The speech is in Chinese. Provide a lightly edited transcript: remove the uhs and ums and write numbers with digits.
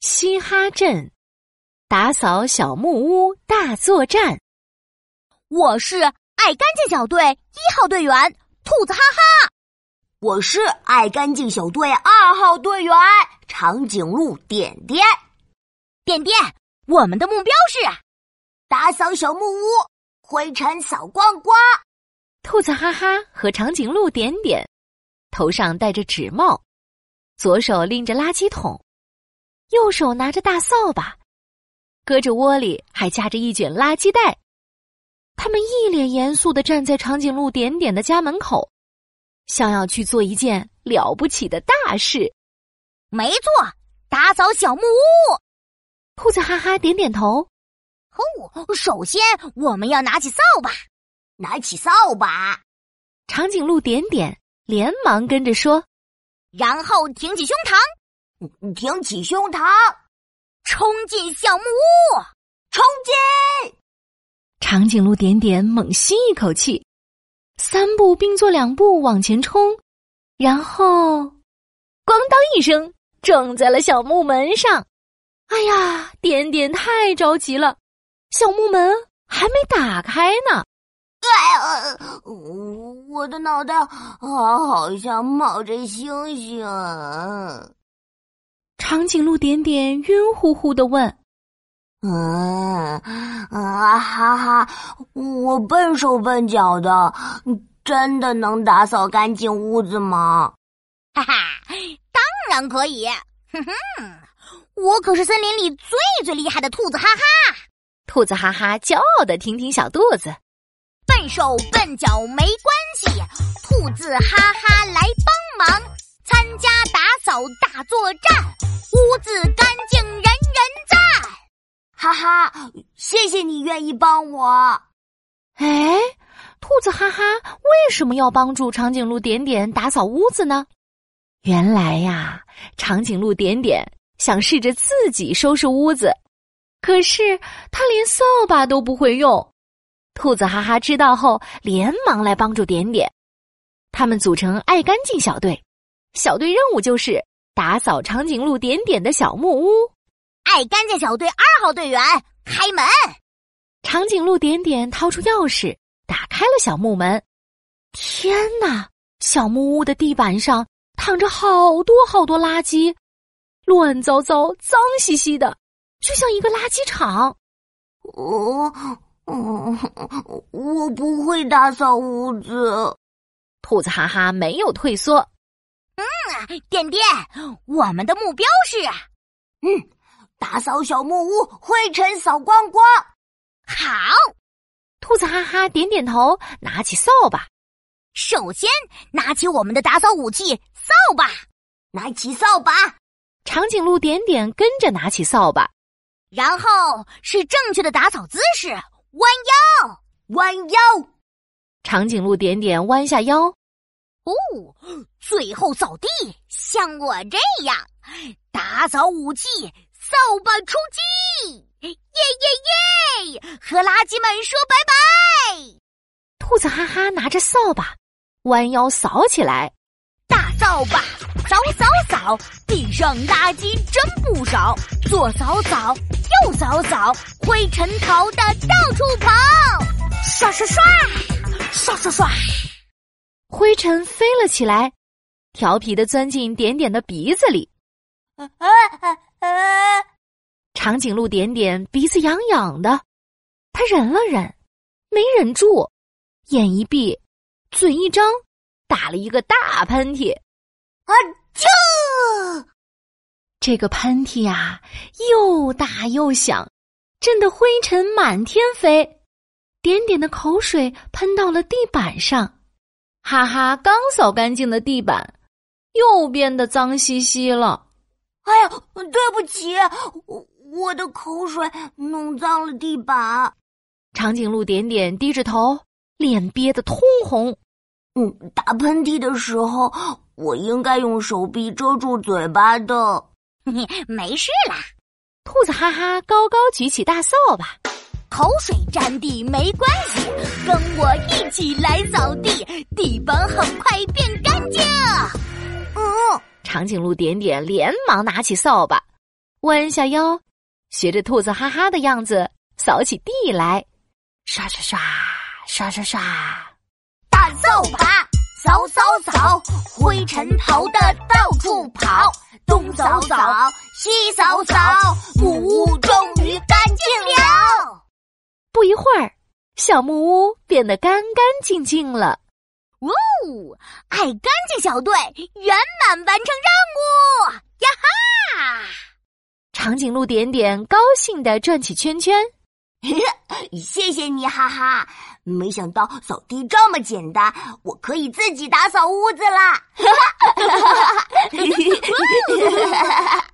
嘻哈镇打扫小木屋大作战。 我是爱干净小队1号队员兔子哈哈。 我是爱干净小队2号队员长颈鹿点点。 点点，我们的目标是打扫小木屋，灰尘扫光光。 兔子哈哈和长颈鹿点点头上戴着纸帽，左手拎着垃圾桶，右手拿着大扫把，胳肢窝里还夹着一卷垃圾袋。他们一脸严肃地站在长颈鹿点点的家门口，想要去做一件了不起的大事。 没错，打扫小木屋。 兔子哈哈点点头。 首先我们要拿起扫把。 拿起扫把。 长颈鹿点点连忙跟着说。 然后挺起胸膛。 挺起胸膛。 冲进小木屋。 冲进！ 长颈鹿点点猛吸一口气，3步并作2步往前冲，然后咣当一声撞在了小木门上。哎呀，点点太着急了，小木门还没打开呢。 我的脑袋好像冒着星星。 长颈鹿点点晕乎乎地问。 哈哈，我笨手笨脚的，真的能打扫干净屋子吗？ 哈哈，当然可以。我可是森林里最厉害的兔子哈哈。 兔子哈哈骄傲地挺挺小肚子。 笨手笨脚没关系，兔子哈哈来帮忙，参加打扫大作战，屋子干净人人赞。 哈哈，谢谢你愿意帮我。 哎，兔子哈哈为什么要帮助长颈鹿点点打扫屋子呢？原来呀，长颈鹿点点想试着自己收拾屋子，可是他连扫把都不会用。兔子哈哈知道后连忙来帮助点点。他们组成爱干净小队，小队任务就是打扫长颈鹿点点的小木屋。 爱干净小队2号队员开门。 长颈鹿点点掏出钥匙打开了小木门。天哪，小木屋的地板上躺着好多好多垃圾，乱糟糟脏兮兮的，就像一个垃圾场。 我不会打扫屋子。 兔子哈哈没有退缩。 点点，我们的目标是打扫小木屋，灰尘扫光光。 好。 兔子哈哈点点头，拿起扫把。 首先拿起我们的打扫武器扫把。 拿起扫把。 长颈鹿点点跟着拿起扫把。 然后是正确的打扫姿势，弯腰。 弯腰。 长颈鹿点点弯下腰。 最后扫地，像我这样打扫武器，扫把出击！耶耶耶！和垃圾们说拜拜！ 兔子哈哈拿着扫把，弯腰扫起来。 大扫把，扫扫扫，地上垃圾真不少。左扫扫，右扫扫，灰尘逃得到处跑。刷刷刷，刷刷刷。 灰尘飞了起来，调皮地钻进点点的鼻子里。长颈鹿点点鼻子痒痒的，他忍了忍，没忍住，眼一闭，嘴一张，打了一个大喷嚏。这个喷嚏啊，又大又响，震得灰尘满天飞。点点的口水喷到了地板上。哈哈刚扫干净的地板又变得脏兮兮了。 哎呀，对不起，我的口水弄脏了地板。 长颈鹿点点低着头，脸憋得通红。 打喷嚏的时候，我应该用手臂遮住嘴巴的。 没事啦。 兔子哈哈高高举起大扫把。 口水沾地没关系，跟我一起来扫地，地板很快变干净。 长颈鹿点点连忙拿起扫把， 弯弯下腰，学着兔子哈哈的样子扫起地来，刷刷刷，刷刷刷。 大扫把，扫扫扫，灰尘跑得到处跑，东扫扫，西扫扫，木屋终于干净了。 不一会儿，小木屋变得干干净净了。 哇哦！爱干净小队圆满完成任务！呀哈！ 长颈鹿点点高兴地转起圈圈。 谢谢你，哈哈！没想到扫地这么简单，我可以自己打扫屋子啦！